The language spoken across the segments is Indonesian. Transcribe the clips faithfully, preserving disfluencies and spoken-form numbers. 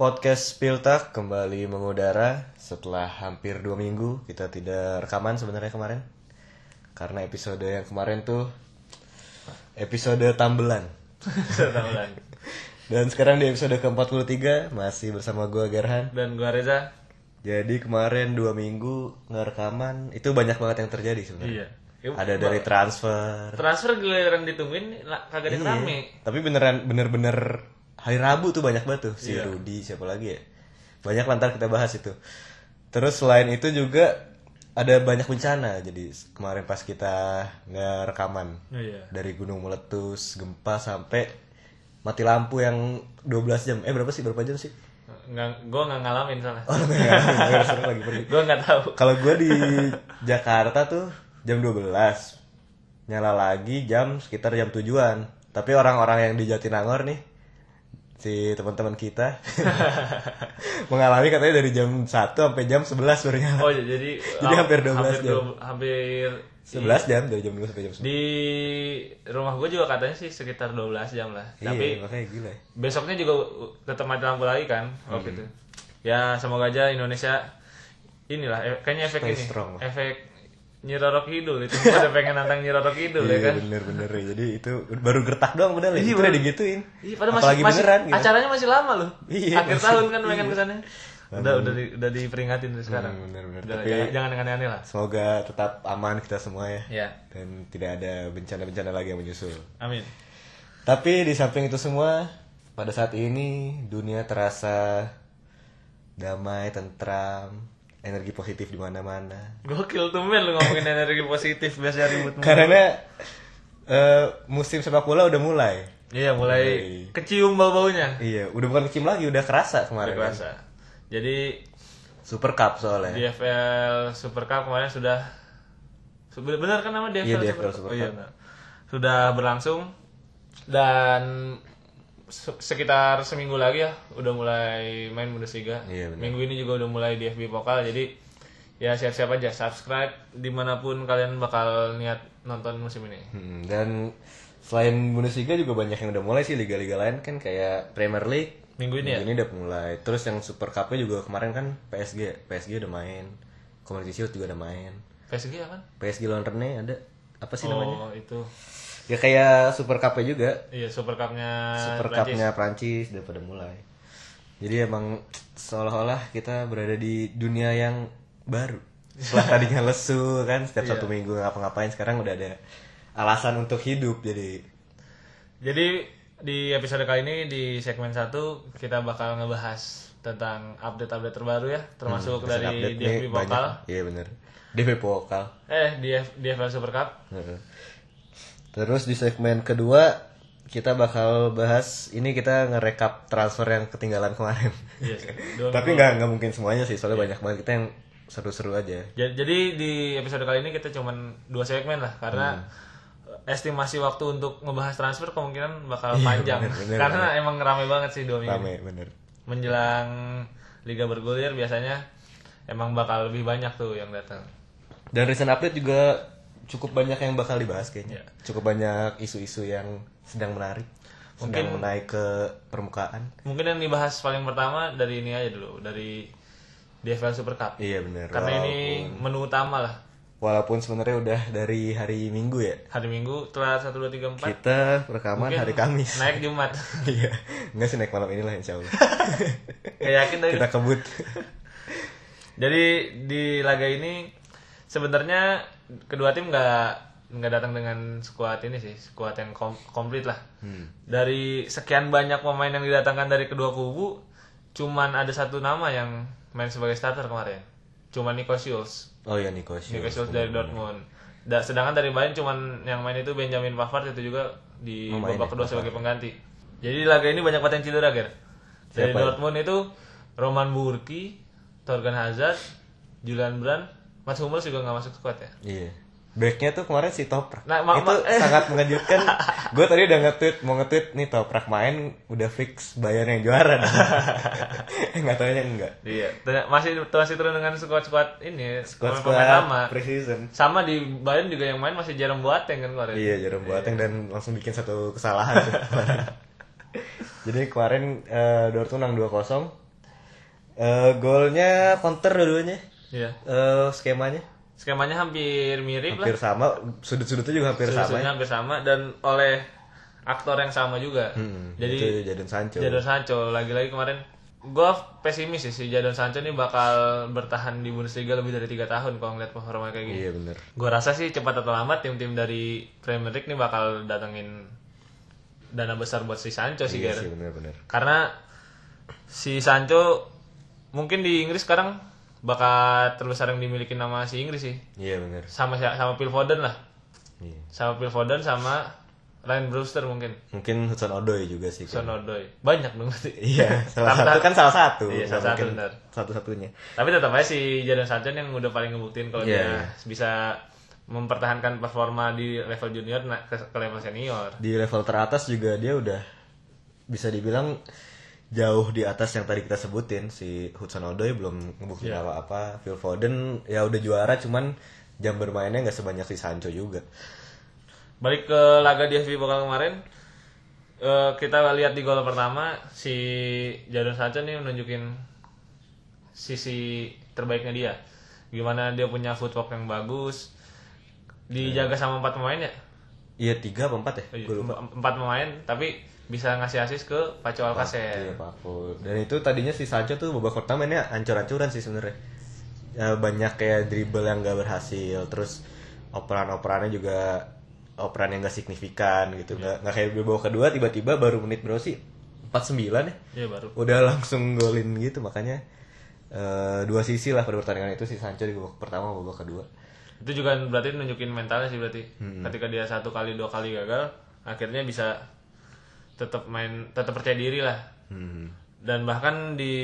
Podcast Piltak kembali mengudara setelah hampir dua minggu kita tidak rekaman sebenarnya kemarin. Karena episode yang kemarin tuh episode tambelan. tambelan. Dan sekarang di episode ke empat puluh tiga masih bersama gue Gerhan. Dan gue Reza. Jadi kemarin dua minggu nggak rekaman, itu banyak banget yang terjadi sebenarnya. Iya. Ada dari transfer. Transfer giliran ditungguin lah, kagak ada yang Iya. rame. Tapi beneran bener-bener hari Rabu tuh banyak banget tuh si Iya. Rudy, siapa lagi ya? Banyak lantar kita bahas itu. Terus selain itu juga ada banyak bencana. Jadi kemarin pas kita nggak rekaman, Iya. dari gunung meletus, gempa sampai mati lampu yang dua belas jam. Eh berapa sih? Berapa jam sih? Nggak, gue nggak ngalamin salah. Oh, enggak, enggak, lagi pergi. Gue nggak tahu. Kalau gue di Jakarta tuh jam dua belas. Nyala lagi jam sekitar jam tujuan. Tapi orang-orang yang di Jatinangor nih, si teman-teman kita mengalami katanya dari jam satu sampai jam sebelas baru nyala. Oh jadi Jadi hampir dua belas hampir jam. dua- hampir sebelas jam dari jam dua sampai jam sebelas. di rumah gue juga katanya sih sekitar dua belas jam lah. Iya, Tapi makanya gila ya. besoknya juga tetap mati lampu lagi kan waktu Hmm. itu. Ya semoga aja Indonesia inilah e- kayaknya efek Stay ini strong lah. efek Nyi Roro Kidul itu gue udah pengen nantang Nyi Roro Kidul ya Iya kan. bener-bener ya. Jadi itu baru gertak doang padahal ya. Iya, Itu udah baru- digituin. Iya, padahal masih, Apalagi masih beneran gitu. acaranya masih lama loh. Iya, Akhir masih. tahun kan pengen Iya. kesana. Udah udah di, udah diperingatin dari sekarang. Hmm, bener-bener. Udah, Tapi- jangan, jangan yang aneh-aneh lah. Semoga tetap aman kita semua ya. Ya, Dan tidak ada bencana-bencana lagi yang menyusul. amin. Tapi di samping itu semua, pada saat ini dunia terasa damai, tentram, energi positif di mana-mana. Gokil tuh men lu ngomongin energi positif biasa ribut mulu. Karena eh, musim sepak bola udah mulai. Iya, mulai Mulai. kecium bau-baunya. Iya, udah bukan kecil lagi, udah kerasa kemarin. Udah kan. kerasa. Jadi Super Cup soalnya. D F L Super Cup kemarin sudah benar kan nama D F L, Iya, D F L Super, Super Oh, iya, Cup. benar. Sudah berlangsung dan se- sekitar seminggu lagi ya udah mulai main Bundesliga. Iya, benar. Minggu ini juga udah mulai D F B Pokal, jadi ya siap-siap aja subscribe dimanapun kalian bakal niat nonton musim ini. Hmm, dan selain Bundesliga juga banyak yang udah mulai sih, liga-liga lain kan kayak Premier League. Minggu ini ya. Ini udah mulai. Terus yang Super Cup-nya juga kemarin kan P S G, P S G udah main. Community Shield juga udah main. P S G ya kan? P S G lawan Rene ada apa sih namanya? Oh, itu. Ya kayak Super Cup-nya juga. Iya, Super Cup-nya Super Prancis. Cup-nya Prancis udah pada mulai. Jadi emang seolah-olah kita berada di dunia yang baru. Setelah tadinya lesu kan setiap Iya. satu minggu ngapa-ngapain, sekarang udah ada alasan untuk hidup. Jadi Jadi di episode kali ini di segmen satu kita bakal ngebahas tentang update-update terbaru ya, termasuk episode dari update D F B nih Pokal. banyak. Iya bener, D F B Pokal. Eh, D F, D F L Super Cup. Heeh. Terus di segmen kedua kita bakal bahas, ini kita ngerekap transfer yang ketinggalan kemarin. Iya sih. Dua Tapi minggu. nggak nggak mungkin semuanya sih, soalnya banyak banget kita yang seru-seru aja. Ja- Jadi di episode kali ini kita cuman dua segmen lah karena Hmm. estimasi waktu untuk ngebahas transfer kemungkinan bakal Iya, panjang. bener, bener, karena emang rame banget sih dua minggu. Rame bener. Menjelang liga bergulir biasanya emang bakal lebih banyak tuh yang datang. Dan recent update juga cukup banyak yang bakal dibahas kayaknya. Iya. Cukup banyak isu-isu yang sedang menarik, sedang Mungkin- menaik ke permukaan. Mungkin yang dibahas paling pertama dari ini aja dulu, dari D F L Super Cup. Iya bener. Karena ini menu utama lah. Walaupun sebenarnya udah dari hari Minggu ya. Hari Minggu telat satu dua tiga empat. Kita rekaman Mungkin hari Kamis. Naik Jumat. Iya. Enggak sih, naik malam inilah insya Allah. Gak yakin tapi. Kita kebut. Jadi di laga ini sebenarnya kedua tim nggak nggak datang dengan skuad ini sih, skuad yang kom- komplit lah. Hmm. Dari sekian banyak pemain yang didatangkan dari kedua kubu, cuman ada satu nama yang main sebagai starter kemarin. Cuman Nico Schulz. Oh iya, Nico Schulz. Nico Schulz dari Dortmund. Da- sedangkan dari Bayern cuman yang main itu Benjamin Pavard, itu juga di Oh, main babak ya, kedua sebagai pengganti. Jadi laga ini banyak banget yang cedera, Ger. Dari Siapa ya? Dortmund itu Roman Burki, Thorgan Hazard, Julian Brandt, Mats Hummels juga nggak masuk squad ya. Iya. Backnya tuh kemarin si Toprak. Nah, ma- itu ma- eh. sangat mengejutkan. Gue tadi udah nge-tweet, mau nge-tweet nih Toprak main udah fix Bayern yang juara. Nggak taunya enggak. Iya, ternyata masih masih turun dengan squad-squad ini, Squad pemain sama. squad preseason. Sama di Bayern juga yang main masih Jerome Boateng kan kemarin. Iya, Jerome Boateng dan langsung bikin satu kesalahan tuh kemarin. Jadi kemarin eh, Dortmund menang dua kosong. Eh, golnya counter dua-duanya. Iya. Eh, skemanya Skemanya hampir mirip hampir lah. sama, sudut-sudutnya juga hampir sama. Sudut-sudutnya hampir sama dan oleh aktor yang sama juga. Hmm, Jadi itu Jadon Sancho. Jadon Sancho lagi-lagi kemarin gue pesimis sih si Jadon Sancho ini bakal bertahan di Bundesliga lebih dari tiga tahun kalau ngeliat performa kayak gini. Iya bener. Gue rasa sih cepat atau lambat tim-tim dari Premier League nih bakal datengin dana besar buat si Sancho sih, Iya Ger. sih bener-bener. Karena si Sancho mungkin di Inggris sekarang bakat terbesar yang dimiliki nama si Inggris sih. Iya bener. Sama sama Phil Foden lah. Iya. Sama Phil Foden sama Ryan Brewster mungkin. Mungkin Hudson Odoi juga sih. Son Odoi. Banyak dong berarti. Iya, salah Tapi- satu kan salah satu. Iya, Nggak salah satu, mungkin benar. Satu-satunya. Tapi tetap aja si Jadon Sancho yang udah paling ngebuktiin kalau Iya, dia iya. bisa mempertahankan performa di level junior na- ke, ke level senior. Di level teratas juga dia udah bisa dibilang jauh di atas yang tadi kita sebutin. Si Hudson Odoi belum ngebuktiin Iya. apa-apa. Phil Foden ya udah juara, cuman jam bermainnya nggak sebanyak si Sancho juga. Balik ke laga di F B Pokal kemarin, eh, kita lihat di gol pertama si Jadon Sancho nih menunjukin sisi terbaiknya dia. Gimana dia punya footwork yang bagus, dijaga sama empat pemain ya. Iya, tiga apa empat ya? Oh iya, Gue lupa. em- empat pemain tapi bisa ngasih assist ke Paco Alcacer. Iya, Pak Pul. Dan itu tadinya si Sancho tuh babak pertama mainnya ancur-ancuran sih sebenarnya. Ya, banyak kayak dribble yang gak berhasil, terus operan-operannya juga operan yang gak signifikan gitu. Nggak nggak kayak di babak kedua tiba-tiba baru menit berapa sih? empat puluh sembilan ya. Iya baru. Udah langsung golin gitu, makanya eh, dua sisi lah pada pertandingan itu si Sancho di babak pertama babak kedua. Itu juga berarti nunjukin mentalnya sih berarti. Hmm. Ketika dia satu kali dua kali gagal, akhirnya bisa tetap main, tetap percaya diri lah. Hmm. Dan bahkan di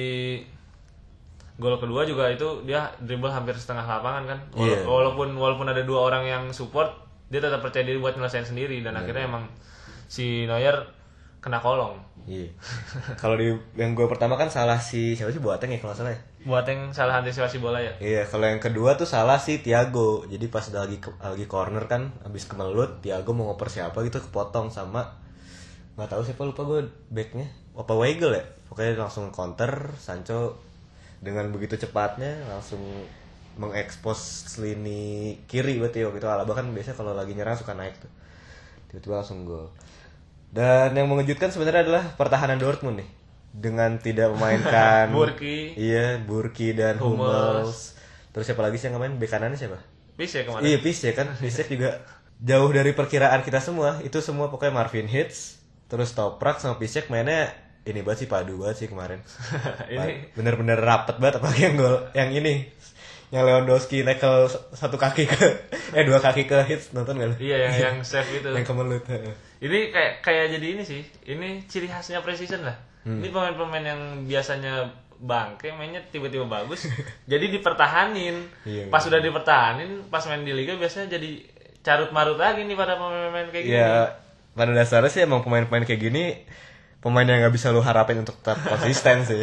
gol kedua juga itu dia dribble hampir setengah lapangan kan. Wala- Iya. Walaupun walaupun ada dua orang yang support, dia tetap percaya diri buat nyelesain sendiri dan akhirnya emang si Neuer kena kolong. Iya. Kalau di yang gol pertama kan salah si siapa sih, Boateng ya kalau nggak salah ya. Buat yang salah antisipasi bola ya. Iya, kalau yang kedua tuh salah si Thiago. Jadi pas udah lagi ke- lagi corner kan, habis kemelut, Thiago mau ngoper siapa gitu, kepotong sama nggak tahu siapa, lupa gue backnya. Apa Weigl ya? Pokoknya langsung counter, Sancho dengan begitu cepatnya langsung mengekspos lini kiri berarti waktu itu. Alaba kan biasanya kalau lagi nyerang suka naik tuh. Tiba-tiba langsung gol. Dan yang mengejutkan sebenarnya adalah pertahanan Dortmund nih. Dengan tidak memainkan Burki. Iya, Burki dan Hummels. Hummels. Terus siapa lagi sih yang main? Bek kanannya siapa? Bisa ya kemarin. Iya, Piszczek kan. Piszczek juga jauh dari perkiraan kita semua. Itu semua pokoknya Marvin Hitz, terus Toprak sama Piszczek mainnya ini banget sih, padu banget sih kemarin. Ini Bener-bener rapet banget, apalagi yang gol yang ini. Yang Lewandowski nekel satu kaki ke eh dua kaki ke Hitz, nonton gak lu? iya yang yang save itu. Yang kemelut. Ini kayak kayak jadi ini sih. Ini ciri khasnya Precision lah. Hmm. Ini pemain-pemain yang biasanya bangke mainnya tiba-tiba bagus. Jadi dipertahanin. Iya, Pas sudah dipertahanin, pas main di liga biasanya jadi carut marut lagi nih pada pemain-pemain kayak gini. Ya, pada dasarnya sih emang pemain-pemain kayak gini pemain yang nggak bisa lu harapin untuk tetap konsisten sih.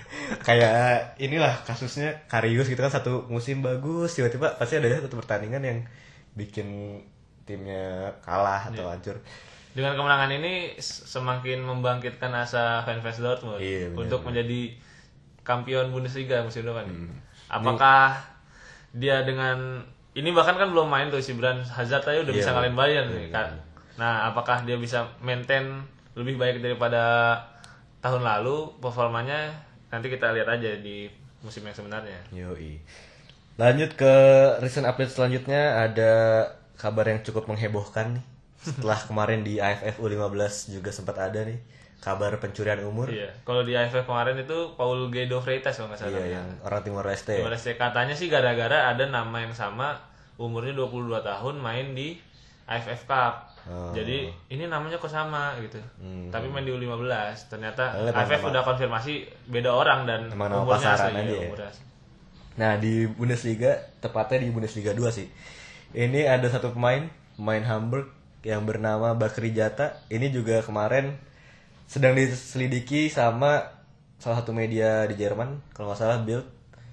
Kayak inilah kasusnya Karius gitu kan, satu musim bagus, tiba-tiba pasti ada satu pertandingan yang bikin timnya kalah atau hancur. Dengan kemenangan ini s- semakin membangkitkan asa fans-fans Dortmund Iya, benar, untuk benar. menjadi kampion Bundesliga musim depan. Apakah dia dengan ini bahkan kan belum main tuh si Brand Hazard aja udah Iya, bisa ngalahin Bayern iya, nih. iya. Kan? Nah, apakah dia bisa maintain lebih baik daripada tahun lalu performanya? Nanti kita lihat aja di musim yang sebenarnya. Yoi. Lanjut ke recent update selanjutnya, ada kabar yang cukup menghebohkan nih. Setelah kemarin di A F F U lima belas juga sempat ada nih kabar pencurian umur. Iya, kalau di A F F kemarin itu Paul Guedo Freitas kalau nggak salah. Iya, yang orang Timor Leste. Timor Leste. Katanya sih gara-gara ada nama yang sama, umurnya dua puluh dua tahun, main di A F F Cup. Oh. Jadi ini namanya kok sama gitu. Hmm. Tapi main di U lima belas. Ternyata Padahal A F F emang udah konfirmasi beda orang dan Emang nama umurnya pasaran asli, aja ya, ya? umurnya asli. Nah, di Bundesliga, tepatnya di Bundesliga dua sih. Ini ada satu pemain, pemain Hamburg yang bernama Bakri Jata. Ini juga kemarin sedang diselidiki sama salah satu media di Jerman, kalau nggak salah Bild.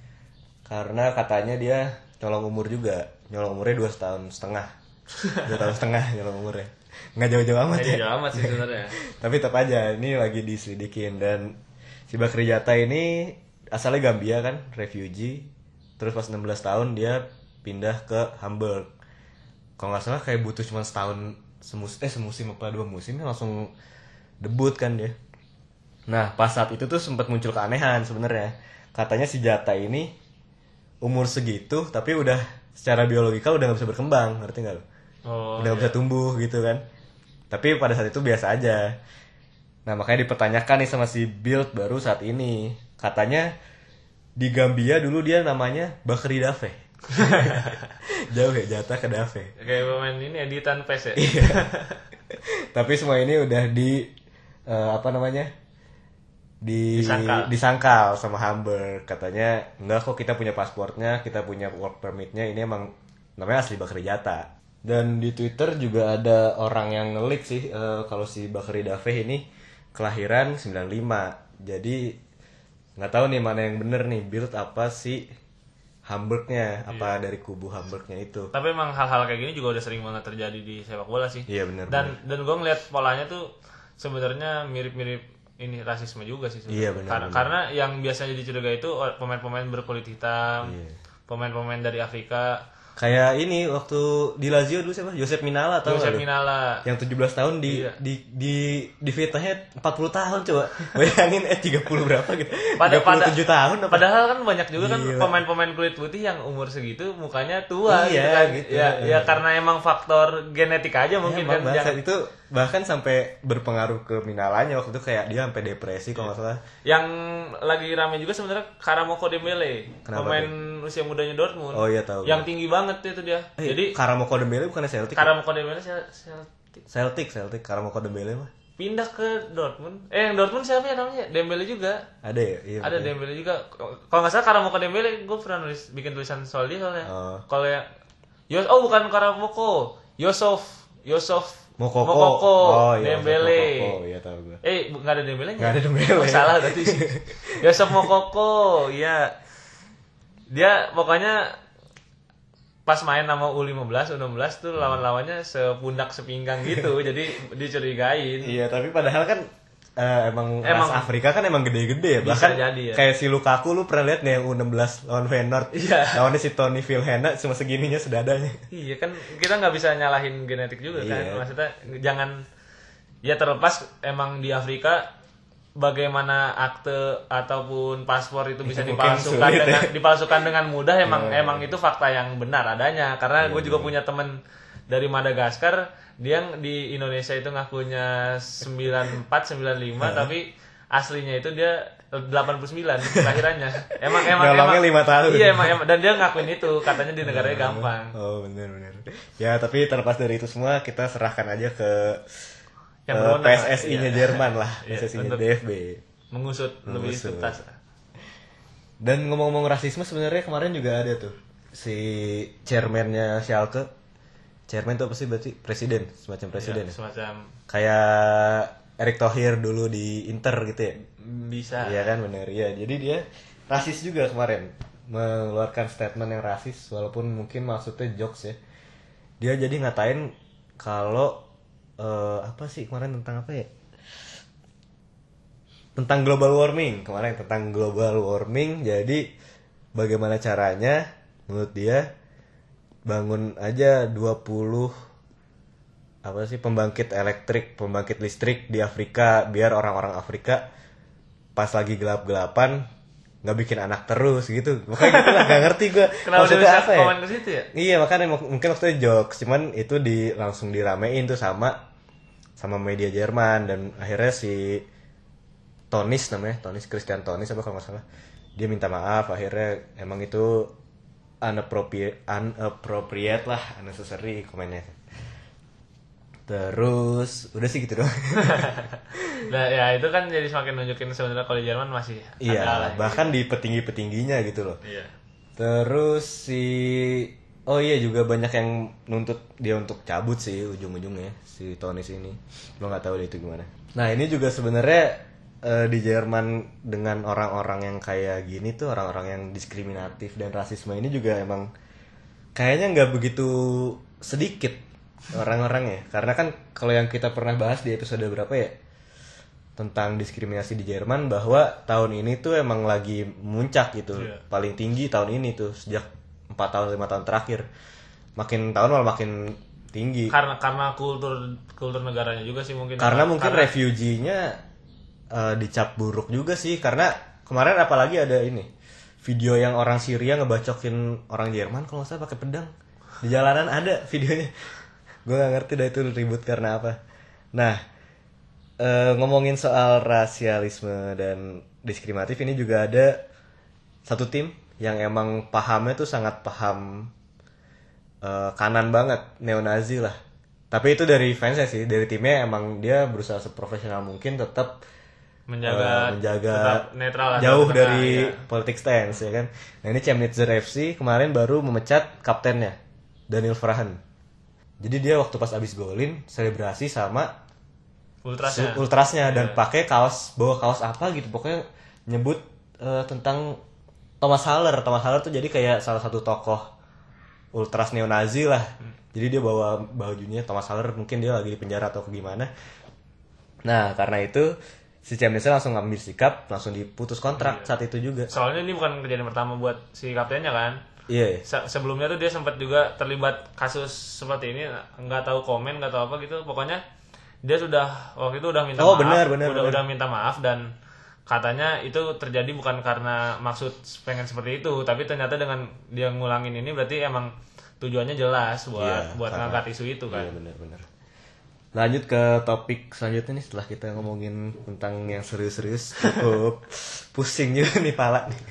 Karena katanya dia nyolong umur juga. Nyolong umurnya dua tahun setengah. Dua tahun setengah nyolong umurnya. Nggak jauh-jauh amat Nah, ya. jauh amat sih sebenarnya. Tapi tetap aja ini lagi diselidikin. Dan si Bakri Jata ini asalnya Gambia kan, refugee. Terus pas enam belas tahun dia pindah ke Hamburg. Kalau nggak salah kayak butuh cuma setahun semus eh semusim apa dua musim langsung debut kan dia. Nah pas saat itu tuh sempat muncul keanehan sebenarnya. Katanya si Jata ini umur segitu tapi udah secara biologikal udah nggak bisa berkembang, ngerti nggak lo? Oh, Udah nggak iya. bisa tumbuh gitu kan. Tapi pada saat itu biasa aja. Nah makanya dipertanyakan nih sama si Bild baru saat ini. Katanya di Gambia dulu dia namanya Bakri Dave. Jauh ya jatah ke Dave. Kayak pemain ini editan P E S ya. Iya. Tapi semua ini udah di eh, apa namanya? Di Disangkal. disangkal sama Hamburg. Katanya enggak kok, kita punya pasportnya, kita punya work permitnya, ini emang namanya asli Bakri Jata. Dan di Twitter juga ada orang yang ngelik sih eh, kalau si Bakri Dave ini kelahiran sembilan puluh lima. Jadi nggak tahu nih mana yang bener nih, Bild apa si Hamburgnya, apa dari kubu Hamburgnya itu. Tapi emang hal-hal kayak gini juga udah sering banget terjadi di sepak bola sih. Iya bener. Dan dan gue ngeliat polanya tuh sebenarnya mirip-mirip ini rasisme juga sih sebenarnya. Iya, benar, Karena, benar. karena yang biasanya dicurigai itu pemain-pemain berkulit hitam, Iya. pemain-pemain dari Afrika. Kayak ini waktu di Lazio dulu siapa? Josep Minala tau Josep nggak lu? Minala. Yang tujuh belas tahun di Iya. di di di fitnahnya empat puluh tahun coba. Bayangin eh tiga puluh berapa gitu. Pada- tiga puluh tujuh pada- tahun apa? Padahal kan banyak juga kan Gila. pemain-pemain kulit putih yang umur segitu mukanya tua Iya, gitu kan. gitu. Ya, ya karena emang faktor genetik aja mungkin Ya, kan. Bang, Yang, itu bahkan sampai berpengaruh ke Minalanya waktu itu, kayak dia sampai depresi kalau nggak salah. yang lagi rame juga sebenarnya Karamoko Dembele, Kenapa pemain usia mudanya Dortmund. Oh iya tahu. Yang tinggi banget itu dia. Eh, Jadi Karamoko Dembele bukannya Celtic? ya? Karamoko Dembele Cel- Celtic Celtic, Celtic. Karamoko Dembele mah. pindah ke Dortmund. Eh yang Dortmund siapa ya namanya? Dembele juga. Ada ya? Iya. Ada betul. Dembele juga. Kalau nggak salah Karamoko Dembele, gue pernah nulis bikin tulisan soal dia soalnya. Oh. Kalau yang Yos, oh bukan Karamoko, Yosof, Yosof Mokoko. Mokoko, Oh iya. Dembele. Mokoko, iya tahu gue. Eh, bu- nggak ada Dembele-nya. Nggak ada Dembele. Oh, salah tadi. Yosef Mokoko, iya. Dia pokoknya pas main sama U lima belas, U enam belas tuh lawan-lawannya sepundak sepinggang gitu. Jadi dicurigain. Iya, tapi padahal kan eh, emang, Emang- ras Afrika kan emang gede-gede ya. Bisa Bahkan jadi ya. kayak si Lukaku, lu pernah lihat nggak yang U enam belas lawan Feyenoord? Iya. Lawannya si Tony Vilhena cuma segininya sedadanya. Iya kan kita nggak bisa nyalahin genetik juga kan. Iya. Maksudnya jangan ya terlepas emang di Afrika bagaimana akte ataupun paspor itu bisa Mungkin dipalsukan sulit, dengan ya. dipalsukan dengan mudah emang Iya. emang itu fakta yang benar adanya karena gue juga punya temen dari Madagaskar dia yang di Indonesia itu ngakunya sembilan empat sembilan lima tapi aslinya itu dia delapan puluh sembilan kelahirannya emang emang Nyolongnya emang lima tahun. iya emang, emang dan dia ngakuin itu katanya di negaranya gampang. Oh bener bener. Ya tapi terlepas dari itu semua kita serahkan aja ke Yang eh, berwenang. P S S I-nya Iya. Jerman lah, Iya, P S S I-nya untuk- D F B. Mengusut, lebih Mengusut. tuntas. Dan ngomong-ngomong rasisme sebenarnya kemarin juga ada tuh si chairman-nya Schalke. Chairman itu apa sih berarti? Presiden, semacam presiden. Ya, ya? semacam Kayak Erick Thohir dulu di Inter gitu ya. bisa. Iya kan bener ya. Jadi dia rasis juga kemarin, mengeluarkan statement yang rasis walaupun mungkin maksudnya jokes ya. Dia jadi ngatain kalau eh, apa sih kemarin tentang apa ya? Tentang global warming kemarin tentang global warming. Jadi bagaimana caranya menurut dia bangun aja dua puluh apa sih pembangkit elektrik, pembangkit listrik di Afrika biar orang-orang Afrika pas lagi gelap-gelapan nggak bikin anak terus gitu. Makanya gitu lah, nggak ngerti gue Kenapa dia maksudnya bisa apa ya. komen ke situ ya? Iya makanya mak- mungkin waktu itu jokes, cuman itu di langsung diramein tuh sama sama media Jerman dan akhirnya si Tonis namanya, Tonis Christian Tonis apa kalau nggak salah, dia minta maaf akhirnya emang itu unappropriate, unappropriate lah, unnecessary komennya. Terus udah sih gitu doang. Nah, ya itu kan jadi semakin nunjukin sebenarnya kalau di Jerman masih Iya, ada lah. bahkan di petinggi-petingginya gitu loh. Iya. Terus si oh iya juga banyak yang nuntut dia untuk cabut sih ujung-ujungnya si Tonis ini. Lo nggak tahu deh itu gimana. Nah ini juga sebenarnya eh, di Jerman dengan orang-orang yang kayak gini tuh orang-orang yang diskriminatif dan rasisme ini juga emang kayaknya nggak begitu sedikit orang-orangnya. Karena kan kalau yang kita pernah bahas di episode berapa ya? tentang diskriminasi di Jerman bahwa tahun ini tuh emang lagi muncak gitu, Iya. paling tinggi tahun ini tuh sejak empat tahun lima tahun terakhir, makin tahun malah makin tinggi. Karena karena kultur kultur negaranya juga sih mungkin. Karena mungkin refugee-nya uh, dicap buruk juga sih, karena kemarin apalagi ada ini video yang orang Syria ngebacokin orang Jerman kalau nggak salah pakai pedang di jalanan, ada videonya. Gue nggak ngerti dah itu ribut karena apa. Nah, uh, ngomongin soal rasialisme dan diskriminatif, ini juga ada satu tim yang emang pahamnya tuh sangat paham uh, kanan banget, neo-Nazi lah. Tapi itu dari fansnya sih, dari timnya emang dia berusaha seprofesional mungkin tetap menjaga, uh, menjaga tetap netral lah, jauh tetap dari tengah, ya. politik stance ya kan. Nah ini Chemnitzer F C kemarin baru memecat kaptennya Daniel Verhaen. Jadi dia waktu pas abis golin selebrasi sama Ultrasnya. ultrasnya dan Iya. pakai kaos, bawa kaos apa gitu, pokoknya nyebut uh, tentang Thomas Haller. Thomas Haller tuh jadi kayak salah satu tokoh ultras neo-Nazi lah. Hmm. Jadi dia bawa bajunya Thomas Haller, mungkin dia lagi di penjara atau gimana. Nah, karena itu si Chemnitzer langsung ngambil sikap, langsung diputus kontrak Iya. saat itu juga. Soalnya ini bukan kejadian pertama buat si kaptennya kan. Iya. Se- sebelumnya tuh dia sempat juga terlibat kasus seperti ini, nggak tahu komen, nggak tahu apa gitu. Pokoknya dia sudah waktu itu udah minta Oh, maaf, benar, benar, udah benar. udah minta maaf dan katanya itu terjadi bukan karena maksud pengen seperti itu, tapi ternyata dengan dia ngulangin ini berarti emang tujuannya jelas buat Iya, buat karena- ngangkat isu itu kan. Iya benar-benar. Lanjut ke topik selanjutnya nih, setelah kita ngomongin tentang yang serius-serius, cukup pusing juga nih pala nih.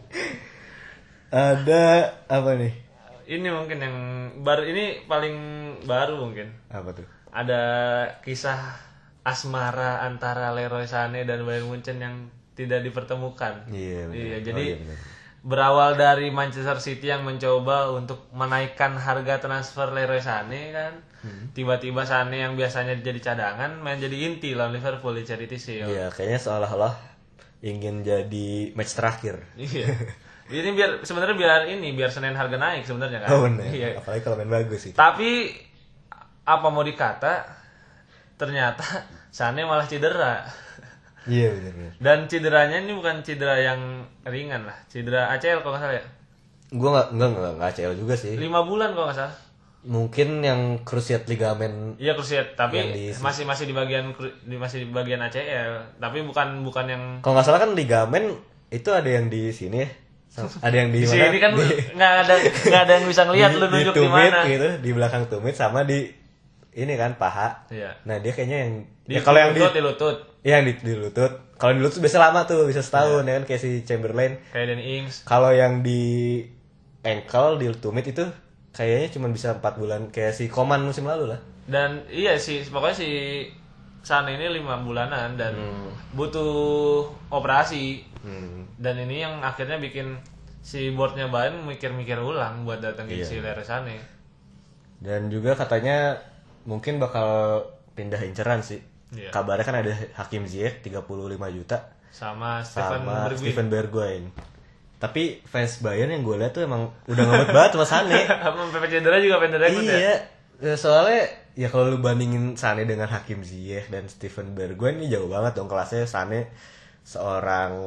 Ada apa nih? Ini mungkin yang baru, ini paling baru mungkin. Apa tuh? Ada kisah asmara antara Leroy Sané dan Bayern Munchen yang tidak dipertemukan. Iya, benar. Iya, Oh, jadi iya, benar. berawal dari Manchester City yang mencoba untuk menaikkan harga transfer Leroy Sané kan. Hmm. Tiba-tiba Sané yang biasanya jadi cadangan main jadi inti lawan Liverpool di Charity Shield. Iya, kayaknya seolah-olah ingin jadi match terakhir. Iya. Ini biar sebenarnya biar ini biar Senin harga naik sebenarnya kan. Oh benar. Iya. Apalagi kalau main bagus sih. Tapi apa mau dikata, ternyata Sané malah cedera. Iya benar-benar. Dan cederanya ini bukan cedera yang ringan lah, cedera A C L kalau nggak salah ya. Gue nggak nggak nggak nggak A C L juga sih. Lima bulan kalau nggak salah. Mungkin yang cruciate ligamen. Iya cruciate, tapi Yang di- masih masih di bagian cru- di masih di bagian A C L, tapi bukan bukan yang Kalau nggak salah kan ligamen itu ada yang di sini ya. Ada yang di di mana? sini kan nggak ada nggak ada yang bisa ngelihat lu nunjuk di tumit mana. gitu, di belakang tumit sama di ini kan paha. Iya. Nah dia kayaknya yang Di ya, kalau yang di lutut, di lutut iya, yang di, di lutut. Kalau di lutut biasa lama tuh, bisa setahun ya kan, kayak si Chamberlain. kayak Danny Ings. Kalau yang di ankle, di tumit itu kayaknya cuma bisa empat bulan, kayak si Koman musim lalu lah. Dan iya sih, pokoknya si Sané ini lima bulanan dan Hmm. butuh operasi. Hmm. Dan ini yang akhirnya bikin si boardnya Bayern mikir-mikir ulang buat datengin Iya. si Leroy Sané. Dan juga katanya mungkin bakal pindah inceran sih. Iya. Kabarnya kan ada Hakim Ziyech tiga puluh lima juta Sama Stefan sama Bergwijn. Steven Bergwijn. Tapi fans Bayern yang gue lihat tuh emang udah ngebet banget sama Sané. Sama Pepe cedera juga pengen direkrut ya. Iya, ya, soalnya ya kalau lu bandingin Sané dengan Hakim Ziyech dan Steven Bergwijn ini jauh banget dong kelasnya. Sané seorang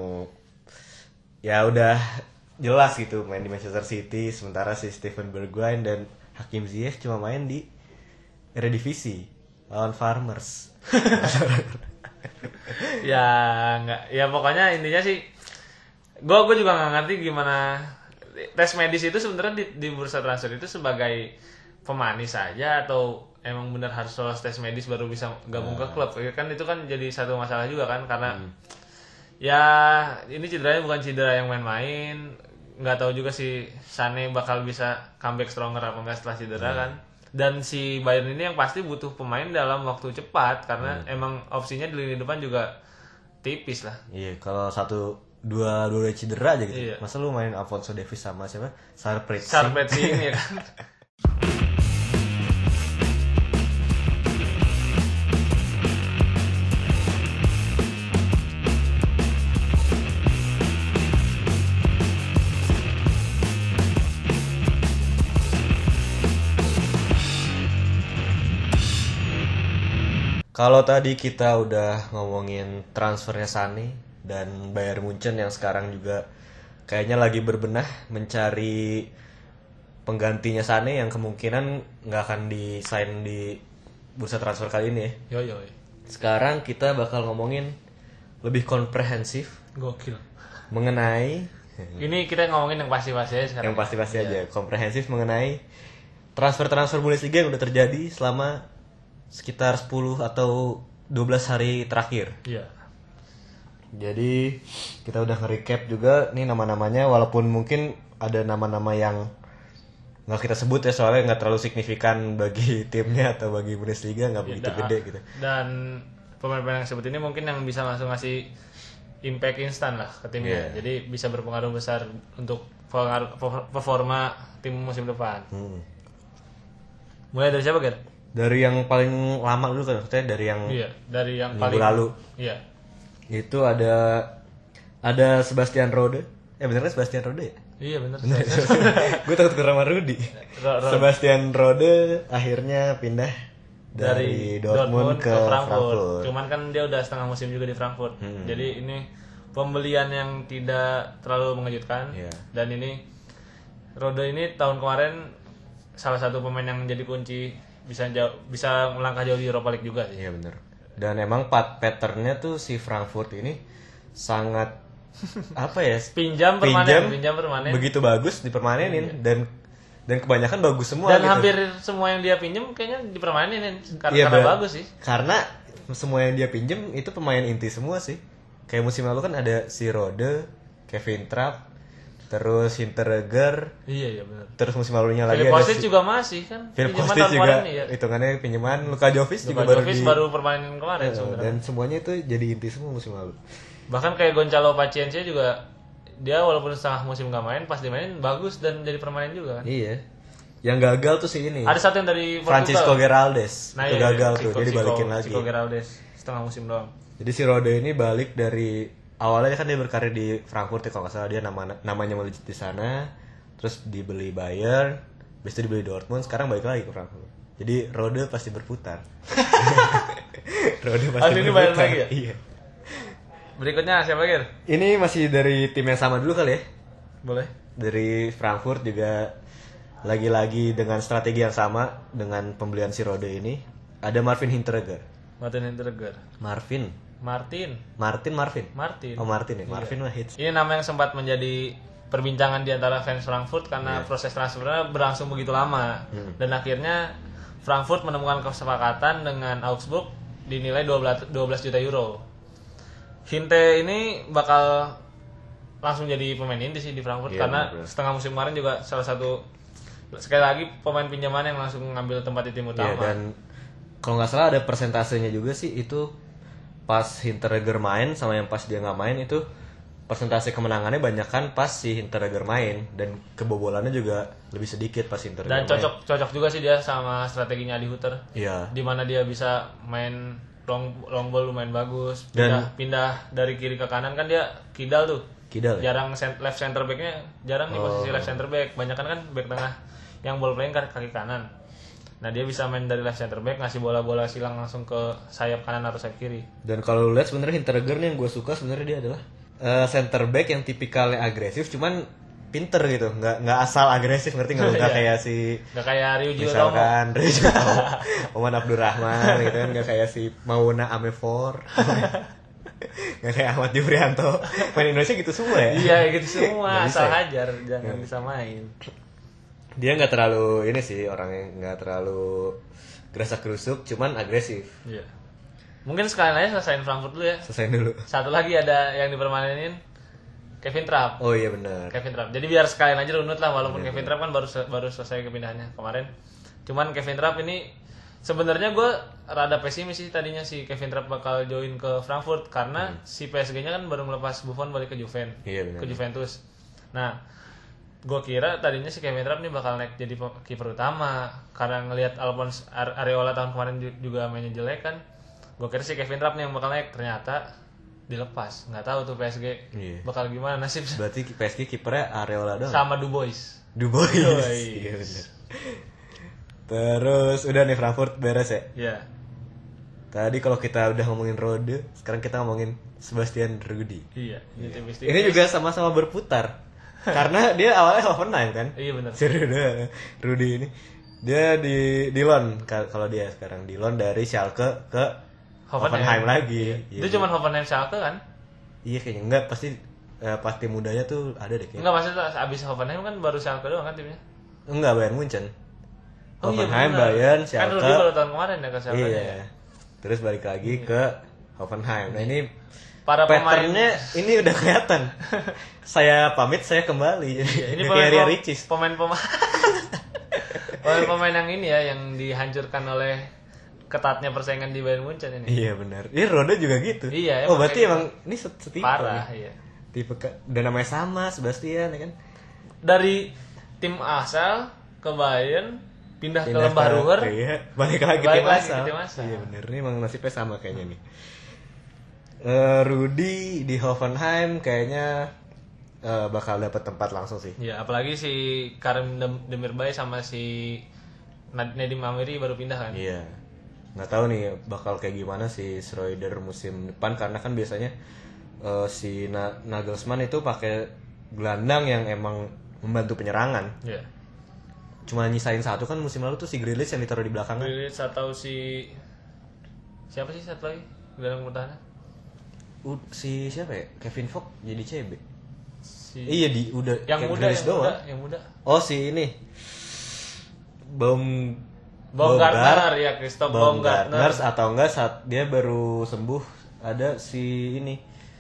ya udah jelas gitu main di Manchester City, sementara si Steven Bergwijn dan Hakim Ziyech cuma main di Eredivisie lawan Farmers. Ya nggak, ya pokoknya intinya sih, gue gue juga nggak ngerti gimana tes medis itu sebenarnya di, di bursa transfer itu sebagai pemanis saja atau emang benar harus lolos tes medis baru bisa gabung ke klub. Ya kan itu kan jadi satu masalah juga kan karena ya ini cederanya bukan cedera yang main-main. Nggak tahu juga si Sané bakal bisa comeback stronger apa enggak setelah cedera kan. Dan si Bayern ini yang pasti butuh pemain dalam waktu cepat karena emang opsinya di lini depan juga tipis lah. Iya, kalau satu dua dua cedera aja gitu. Iya. Masa lu main Alphonso Davies sama siapa? Sarpret. Sarpet sih ini ya kan. Kalau tadi kita udah ngomongin transfernya Sané dan Bayern Munchen yang sekarang juga kayaknya lagi berbenah mencari penggantinya Sané yang kemungkinan nggak akan di-sign di bursa transfer kali ini ya. Yo yo. Sekarang kita bakal ngomongin lebih komprehensif Gokil. mengenai Ini kita ngomongin yang pasti-pasti aja sekarang. yang pasti-pasti aja, komprehensif mengenai transfer-transfer Bundesliga yang udah terjadi selama sekitar sepuluh atau dua belas hari terakhir. Iya. Jadi kita udah nge-recap juga nih nama-namanya, walaupun mungkin ada nama-nama yang nggak kita sebut ya soalnya nggak terlalu signifikan bagi timnya atau bagi Bundesliga, nggak begitu Da- gede gitu. Dan pemain-pemain yang sebut ini mungkin yang bisa langsung ngasih impact instan lah ke timnya. Iya. Jadi bisa berpengaruh besar untuk pengaruh- performa tim musim depan. Hmm. Mulai dari siapa, Ger? Dari yang paling lama dulu kan, maksudnya dari yang Iya, dari yang minggu paling lalu. Iya. Itu ada ada Sebastian Rode. Eh bener kan Sebastian Rode ya? Iya benar. Gue takut ke sama Rudy. Ro- Ro- Sebastian Rode akhirnya pindah dari, Dortmund, ke, Frankfurt. Cuman kan dia udah setengah musim juga di Frankfurt. Hmm. Jadi ini pembelian yang tidak terlalu mengejutkan. Iya. Dan ini Rode ini tahun kemarin salah satu pemain yang jadi kunci bisa jauh, bisa melangkah jauh di Europa League juga sih. Iya bener. Dan emang pat patternnya tuh si Frankfurt ini sangat apa ya? Pinjam permanen, pinjam permanen. Begitu bagus dipermanenin dan dan kebanyakan bagus semua Dan gitu. hampir semua yang dia pinjam kayaknya dipermanenin karena, Iya, karena ber- bagus sih. Karena semua yang dia pinjem itu pemain inti semua sih. Kayak musim lalu kan ada si Rode, Kevin Trapp, terus Hinteregger, Iya iya benar. terus musim lalunya lagi Philip ada Kostic si juga masih kan. Philip Pinjaman Kostic tahun juga kemarin, iya. hitungannya pinjaman. Luka Jovic juga Luka baru Jovic di baru permanen kemarin Eh, sebenarnya. dan semuanya itu jadi inti semua musim lalu. Bahkan kayak Gonzalo Pacienza juga dia walaupun setengah musim gak main pas dimainin bagus dan jadi permanen juga kan. Iya. Yang gagal tuh si ini. Ada satu yang dari Portugal. Francisco Geraldes. Nah, itu iya, gagal iya, tuh, Chico- dia dibalikin Chico- lagi. Chico Geraldes setengah musim doang. Jadi si Rode ini balik dari awalnya kan dia berkarir di Frankfurt ya, kalau nggak salah dia nama namanya melejit di sana, terus dibeli Bayern, habis itu dibeli Dortmund, sekarang balik lagi ke Frankfurt. Jadi Rode pasti berputar. Rode pasti Oh, ini balik berputar. lagi ya? Iya. Berikutnya siapa lagi? Ini masih dari tim yang sama dulu kali ya. Boleh. Dari Frankfurt juga lagi-lagi dengan strategi yang sama dengan pembelian si Rode ini. Ada Marvin Hinteregger. Martin Hinteregger. Marvin. Martin. Martin Marvin. Martin. Oh Martin ya. Marvin mah hits. Ini nama yang sempat menjadi perbincangan di antara fans Frankfurt karena proses transfernya berlangsung begitu lama. Dan akhirnya Frankfurt menemukan kesepakatan dengan Augsburg dinilai dua belas juta euro. Hinte ini bakal langsung jadi pemain inti sih di Frankfurt Iya, karena bener. setengah musim kemarin juga salah satu sekali lagi pemain pinjaman yang langsung mengambil tempat di tim Iya, utama. dan kalau nggak salah ada persentasenya juga sih itu pas Hinteregger main sama yang pas dia nggak main itu persentase kemenangannya banyak kan pas si Hinteregger main dan kebobolannya juga lebih sedikit pas Hinteregger Dan main. cocok cocok juga sih dia sama strateginya Adi Hutter. Iya. Di mana dia bisa main long long ball lumayan bagus. Dan- Pindah pindah dari kiri ke kanan kan dia kidal tuh. Kidal ya? Jarang cent- left center back-nya jarang nih posisi left center back. Banyakan kan back tengah yang ball playing kan kaki kanan. Nah, dia bisa main dari left center back ngasih bola-bola silang langsung ke sayap kanan atau sayap kiri. Dan kalau lu lihat sebenarnya Hinteregger nih yang gue suka sebenarnya dia adalah eh, center back yang tipikalnya agresif cuman pinter gitu, nggak nggak asal agresif, ngerti nggak? Nggak Iya. kayak si Gak kayak Ryuji Utomo. misalkan Rizky Utomo, Oman Abdurrahman gitu kan, nggak kayak si Mauna Amefor, nggak kayak Ahmad Jufrianto. Main Indonesia gitu semua ya. Iya, gitu semua Nggak bisa asal ya? hajar, jangan bisa main. Dia nggak terlalu ini sih orangnya, nggak terlalu gerasak gerusuk, cuman agresif. Iya. Mungkin sekalian aja selesain Frankfurt dulu ya. Selesai dulu. Satu lagi ada yang dipermanenin Kevin Trapp. Oh iya benar. Kevin Trapp. Jadi biar sekalian aja runut lah walaupun Iya, Kevin Trapp kan baru se- baru selesai kepindahannya kemarin. Cuman Kevin Trapp ini sebenarnya gue rada pesimis sih tadinya si Kevin Trapp bakal join ke Frankfurt karena si P S G-nya kan baru melepas Buffon balik ke Juven. Hmm. Iya, benar. Ke Juventus. Nah, gue kira tadinya si Kevin Trapp nih bakal naik jadi pe- kiper utama karena ngelihat Alphonse Are- Areola tahun kemarin ju- juga mainnya jelek kan. Gue kira si Kevin Trapp nih yang bakal naik, ternyata dilepas. Nggak tahu tuh P S G Iya. bakal gimana nasib Berarti P S G kipernya Areola doang. sama Dubois. Dubois. Dubois. Iya benar. Terus udah nih Frankfurt beres ya. Ya. Tadi kalau kita udah ngomongin Rode, sekarang kita ngomongin Sebastian Rudy. Iya, ini tipis-tipis. Ini juga sama-sama berputar. Karena dia awalnya Hoffenheim kan? Iya benar. Si Rudy, Rudy ini. Dia di di loan kalau dia sekarang di loan dari Schalke ke Hoffenheim, Hoffenheim lagi. Iya. Itu cuma Hoffenheim Schalke kan? Iya kayaknya enggak, pasti eh, pasti mudanya tuh ada deh kayaknya. Enggak, maksudnya abis Hoffenheim kan baru Schalke doang kan timnya? Enggak, Bayern Munchen. Oh, iya, Hoffenheim, benar. Bayern, Kan Schalke. Rudy baru tahun kemarin ya ke Schalke. Iya. Ya? Terus balik lagi ke Hoffenheim. Nah, ini Para pemain patternnya ini udah kelihatan. Saya pamit, saya kembali. Iya, ini kayak Ria pemain Ricis. pemain-pemain pemain-pemain yang ini ya yang dihancurkan oleh ketatnya persaingan di Bayern Munchen ini. Iya benar. Ini Rode juga gitu. Iya, Oh emang berarti kayak emang ini set- setipe. Parah, nih. iya. Tipe ke- dan namanya sama Sebastian ya kan. Dari tim asal ke Bayern pindah, Pindah ke Lembah ke- Ruhr. Iya, balik lagi Balik tim lagi asal. ke tim asal. Iya benar. Ini emang nasibnya sama kayaknya nih. Eh Rudy di Hoffenheim kayaknya eh, bakal dapat tempat langsung sih. Ya, apalagi si Karim Dem- Demirbay sama si Nad- Nedim Amiri baru pindah kan. Iya. Nggak tahu nih bakal kayak gimana si Schroeder musim depan karena kan biasanya eh, si Na- Nagelsmann itu pakai gelandang yang emang membantu penyerangan. Iya. Cuma nyisain satu kan musim lalu tuh si Grealish yang ditaruh di belakang kan. Grealish atau si siapa sih satu lagi gelandang pertahanan? U- si siapa ya? Kevin Fox jadi C B. Si Iya di udah yang kayak muda, Grealish yang doang. muda, yang muda. Oh si ini. Baum Baumgartner ya, Christoph Baumgartner Baumgartner. atau enggak saat dia baru sembuh ada si ini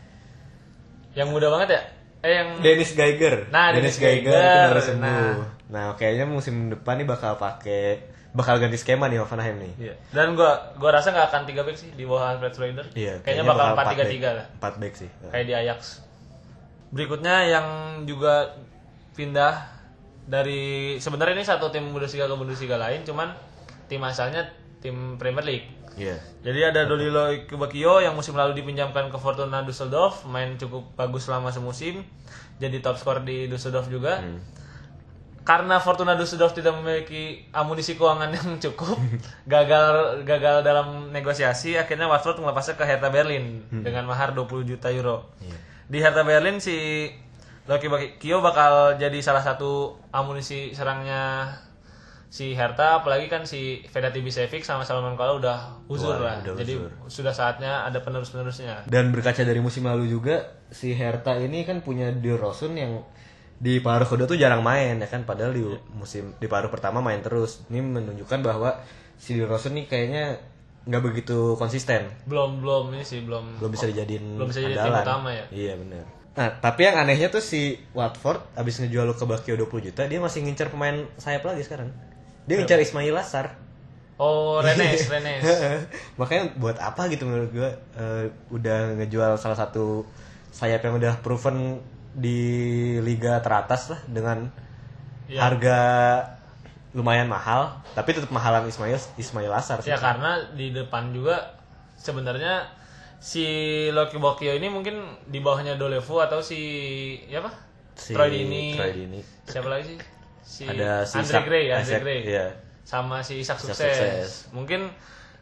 Yang muda banget ya? Eh yang Dennis Geiger. Nah, Dennis Dennis Geiger, Geiger. itu baru sembuh. Nah. Nah. kayaknya musim depan nih bakal pakai bakal ganti skema nih Hoffenheim nih. Iya. Dan gua gua rasa nggak akan tiga back sih di bawah Alfred Schreuder. Iya, Kayaknya bakal empat tiga back. tiga lah. empat back sih. Kayak di Ajax. Berikutnya yang juga pindah dari sebenarnya ini satu tim Bundesliga ke Bundesliga lain, cuman tim asalnya tim Premier League. Iya. Jadi ada Danilo Kebakio yang musim lalu dipinjamkan ke Fortuna Düsseldorf, main cukup bagus selama semusim, jadi top skor di Düsseldorf juga. Hmm. Karena Fortuna Düsseldorf tidak memiliki amunisi keuangan yang cukup, gagal gagal dalam negosiasi, akhirnya Watford melepasnya ke Hertha Berlin Hmm. dengan mahar dua puluh juta euro. Iya. Di Hertha Berlin si Loki Bakio bakal jadi salah satu amunisi serangnya si Hertha, apalagi kan si Vedat Ibisevic sama Salman Kala udah uzur Wah, lah. udah Jadi uzur. sudah saatnya ada penerus-penerusnya. Dan berkaca dari musim lalu juga si Hertha ini kan punya De Rosun yang di paruh kedua tuh jarang main ya kan, padahal di musim di paruh pertama main terus. Ini menunjukkan bahwa si De Rosun nih kayaknya nggak begitu konsisten, Belum belum ini sih belum belum bisa dijadiin belum bisa jadi tim andalan. utama ya. Iya benar. Nah tapi yang anehnya tuh si Watford abis ngejual ke Bakio dua puluh juta dia masih ngincer pemain sayap lagi sekarang. Dia ngincer Ismail Lassar. Oh, Rennes, Rennes. Makanya buat apa gitu menurut gue eh, udah ngejual salah satu sayap yang udah proven di liga teratas lah dengan Ya. harga lumayan mahal, tapi tetap mahalan Ismail Ismail Lassar sih. Ya karena di depan juga sebenarnya si Loki Bakio ini mungkin di bawahnya Dolevu atau si ya apa? Si Troy Dini. Troy Dini. Siapa lagi sih? Si Ada si Andre Isak- Gray, Andre Isak, Gray. iya. Sama si Isak Isak Sukses. Sukses. Mungkin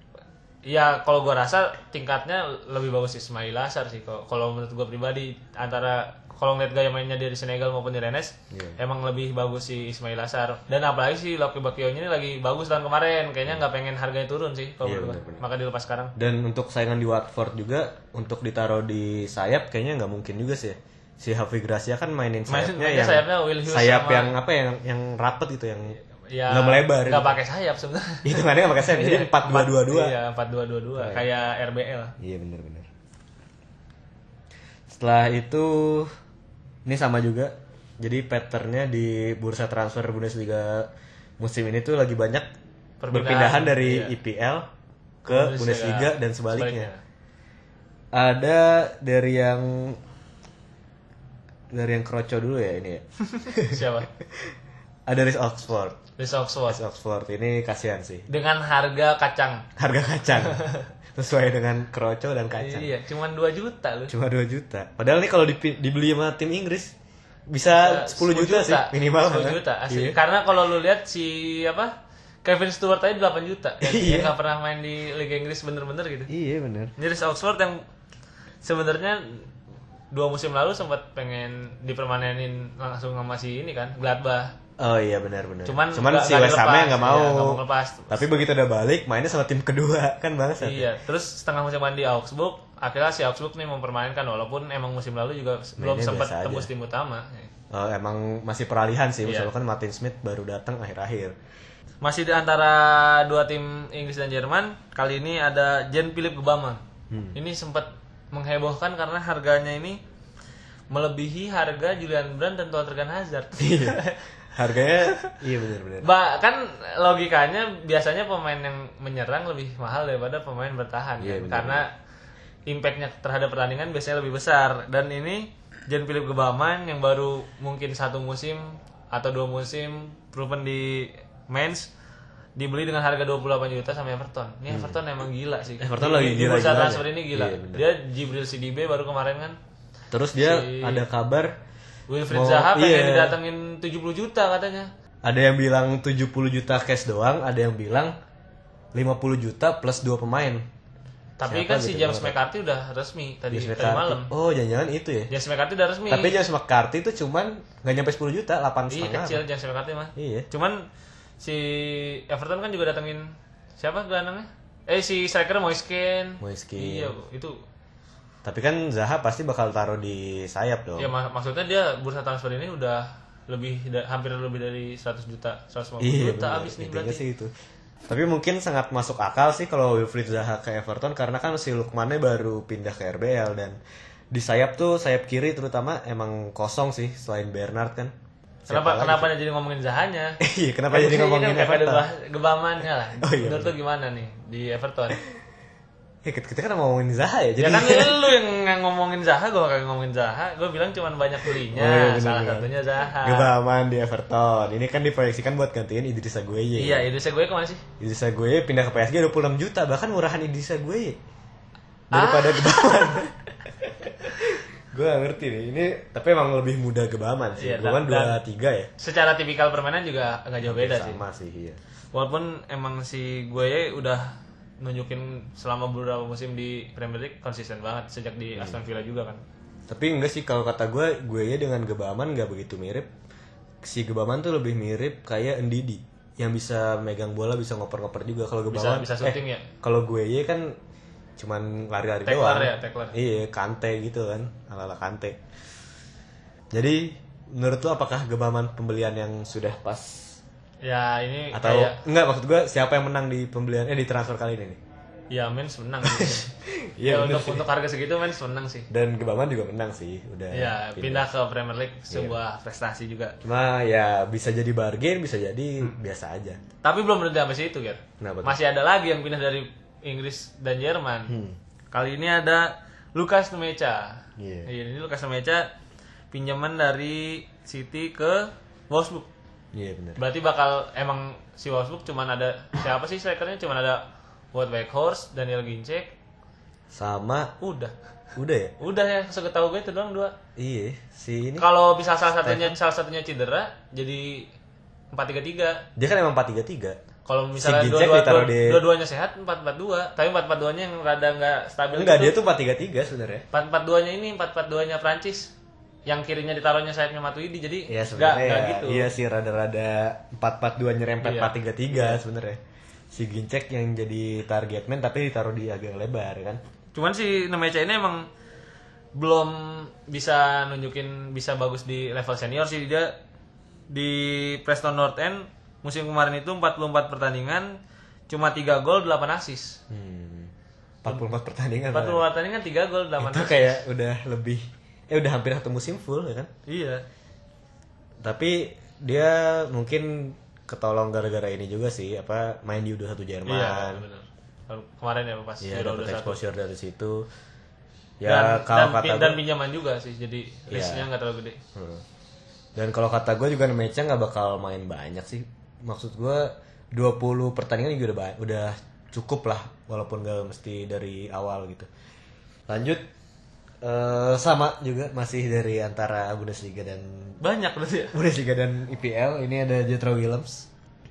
ya kalau gua rasa tingkatnya lebih bagus Ismail Lassar sih kalau kalau menurut gua pribadi, antara kalau ngeliat gaya mainnya dia di Senegal maupun di Rennes, Iya. emang lebih bagus si Ismail Lassar. Dan apalagi si Loki Bakio ini lagi bagus tahun kemarin, kayaknya nggak pengen harganya turun sih kalau Iya, menurut gua. benar-benar. Maka dilepas sekarang. Dan untuk saingan di Watford juga untuk ditaruh di sayap kayaknya nggak mungkin juga sih. Si Havi Gracia kan mainin Main- sayapnya mainnya yang sayapnya Will Hughes sayap sama- yang apa yang yang rapet gitu yang Ya, nggak melebar. nggak gitu. pakai sayap sebenarnya. Itu kan nggak pakai sayap, jadi empat dua dua dua. Iya, empat dua dua dua kayak R B L. Iya benar-benar. Setelah itu ini sama juga. Jadi patternnya di bursa transfer Bundesliga musim ini tuh lagi banyak Perpindahan, perpindahan dari iya. I P L ke Bundesliga, Bundesliga dan sebaliknya. Ada dari yang dari yang kroco dulu ya ini ya. Siapa? Ada dari Oxford. Di Oxford. Dari Oxford ini kasihan sih. Dengan harga kacang. Harga kacang sesuai dengan kroco dan kacang. Iya, cuman dua juta loh. Cuma dua juta. Padahal nih kalau dipi- dibeli sama tim Inggris bisa sepuluh juta, sih minimal sepuluh kan? juta asli. Iya. Karena kalau lu lihat si apa? Kevin Stewart aja delapan juta. Yang Iya. yang nggak pernah main di Liga Inggris bener-bener gitu. Iya bener. Jadi Oxford yang sebenarnya dua musim lalu sempat pengen dipermanenin langsung sama si ini kan, Gladbach. Oh iya benar-benar. Cuman Cuman nggak- si nggak West Ham-nya dilepas, nggak mau. iya, nggak mau lepas. Tapi begitu udah balik, mainnya sama tim kedua kan bangsat. Iya, terus setengah musim di Augsburg, akhirnya si Augsburg nih mempermainkan walaupun emang musim lalu juga belum Mainnya sempat biasa tembus aja. tim utama. Oh, emang masih peralihan sih, Iya. misalnya kan Martin Smith baru datang akhir-akhir. Masih di antara dua tim Inggris dan Jerman, kali ini ada Jean-Philippe Gbaman. Hmm. Ini sempat menghebohkan karena harganya ini melebihi harga Julian Brandt dan Torgan Hazard. Harganya iya benar-benar. Ba, kan logikanya biasanya pemain yang menyerang lebih mahal daripada pemain bertahan Iya, kan? benar, Karena impactnya terhadap pertandingan biasanya lebih besar. Dan ini Jean-Philippe Gbaman yang baru mungkin satu musim atau dua musim proven di Mainz dibeli dengan harga dua puluh delapan juta sama Everton. Ini Everton emang gila sih. Everton Di- lagi di bursa gila-gilanya. transfer ini gila. Iya, benar. Dia Jibril Sidibe baru kemarin kan. Terus dia Si- ada kabar Wilfried Mau- Zaha pengen iya. didatengin tujuh puluh juta katanya. ada yang bilang tujuh puluh juta cash doang, ada yang bilang lima puluh juta plus dua pemain. Tapi Siapa kan si gitu, James orang? McCarthy udah resmi tadi, James tadi McCarthy. malam. Oh, jangan-jangan itu ya. James McCarthy udah resmi. Tapi James McCarthy itu cuman nggak nyampe sepuluh juta, delapan Iya setengah. kecil James McCarthy mah. Iya. Cuman si Everton kan juga datengin siapa gelandangnya? Eh si striker Moiskin. Moiskin. Iya, itu. Tapi kan Zaha pasti bakal taruh di sayap dong. Ya mak- maksudnya dia bursa transfer ini udah lebih da- hampir lebih dari seratus juta, seratus lima puluh Iya, juta bener. habis nih Intinya berarti. sih itu. Tapi mungkin sangat masuk akal sih kalau Wilfried Zaha ke Everton karena kan si Lukmannya baru pindah ke R B L dan di sayap tuh sayap kiri terutama emang kosong sih selain Bernard kan. Kenapa Siapa kenapa lagi? dia jadi ngomongin Zahanya? Iya, kenapa jadi ngomongin Everton? Gebamannya lah. Oh, iya, Menurut lu gimana nih di Everton? Ya, kita kan ngomongin Zaha ya. Ya Jadi kan lu yang ngomongin Zaha, gue kagak ngomongin Zaha. Gue bilang cuman banyak belinya. Oh, iya, bener, Salah bener. satunya Zaha. Gebaman di Everton. Ini kan diproyeksikan buat gantiin Idrissa Gueye. Iya, Idrissa Gueye kemana sih? Idrissa Gueye pindah ke P S G dua puluh enam juta, bahkan murahan Idrissa Gueye daripada Gebaman. Gue gak ngerti nih. Ini tapi emang lebih muda Gebaman sih. Iya, Gebaman dan- dua puluh tiga ya. Secara tipikal permainan juga nggak jauh beda sih. Sama sih, iya. Walaupun emang si Gueye udah nunjukin selama beberapa musim di Premier League konsisten banget sejak di Aston Villa juga kan. Tapi enggak sih kalau kata gue, Gueye dengan Gebaman nggak begitu mirip. Si Gebaman tuh lebih mirip kayak Ndidi yang bisa megang bola, bisa ngoper-ngoper juga. Kalau Gebaman bisa shooting ya? Kalau Gueye kan cuman lari-lari Tackler doang. ya, tackler. Iya, Kante gitu kan, ala-ala Kante. Jadi menurut lu apakah Gebaman pembelian yang sudah pas? Ya ini Atau kayak enggak, maksud gue siapa yang menang di pembelian eh di transfer kali ini nih? ya Mens menang sih. Iya, ya, bener untuk sih. untuk harga segitu Mens menang sih. Dan Gebaman juga menang sih, udah. Ya pindah ke Premier League Iya. sebuah prestasi juga. Cuma ya bisa jadi bargain, bisa jadi biasa aja. Tapi belum berhenti sampai situ, Ger. Kenapa tuh? Masih ada lagi yang pindah dari Inggris dan Jerman. Hmm. Kali ini ada Lukas Nemecha. Iya. Iya, ini Lukas Nemecha pinjaman dari City ke Wolfsburg. Iya benar. Berarti bakal emang si Wolfsburg cuman ada siapa sih strikernya? Cuman ada Wout Weghorst, Daniel Ginczek. Sama Udah. udah ya? Udah ya, setahu gue itu doang dua. Iya, si ini. Kalau bisa salah satunya salah satunya cedera jadi empat tiga tiga. Dia kan emang empat tiga tiga. Kalau misalnya Si dua Ginczek dua ditaruh di- dua-duanya sehat empat empat dua, tapi empat empat dua-nya yang rada nggak stabil. Enggak, gitu. dia tuh empat tiga tiga sebenarnya. empat empat dua-nya ini empat empat dua-nya Prancis. Yang kirinya ditaruhnya sayapnya Matuidi, jadi Iya nggak sebenarnya nggak ya, gitu. iya sih rada-rada empat empat dua nyerempet Iya. empat tiga tiga sebenarnya. Si Ginczek yang jadi target man tapi ditaruh di agak lebar kan. Cuman si Nemecha ini emang belum bisa nunjukin bisa bagus di level senior sih. Dia di Preston North End musim kemarin itu empat puluh empat pertandingan cuma tiga gol delapan assist. Hmm. empat puluh empat pertandingan. empat puluh malah. empat pertandingan tiga gol delapan Itu assist. kayak udah lebih eh udah hampir satu musim full ya kan. Iya. Tapi dia mungkin ketolong gara-gara ini juga sih, apa main di U dua puluh satu Jerman. Iya, benar. Kemarin ya pas Iya, Euro dapat dua puluh satu. exposure dari situ. Dan, Ya kalau dan, kata pin- dan gua- pinjaman juga sih, jadi Iya. risknya nggak terlalu gede. Hmm. Dan kalau kata gue juga Nemecha nggak bakal main banyak sih. Maksud gue dua puluh pertandingan juga udah ba- udah cukup lah, walaupun gak mesti dari awal gitu. Lanjut eh, sama juga masih dari antara Bundesliga dan Banyak berarti ya. Bundesliga dan I P L. Ini ada Jethro Willems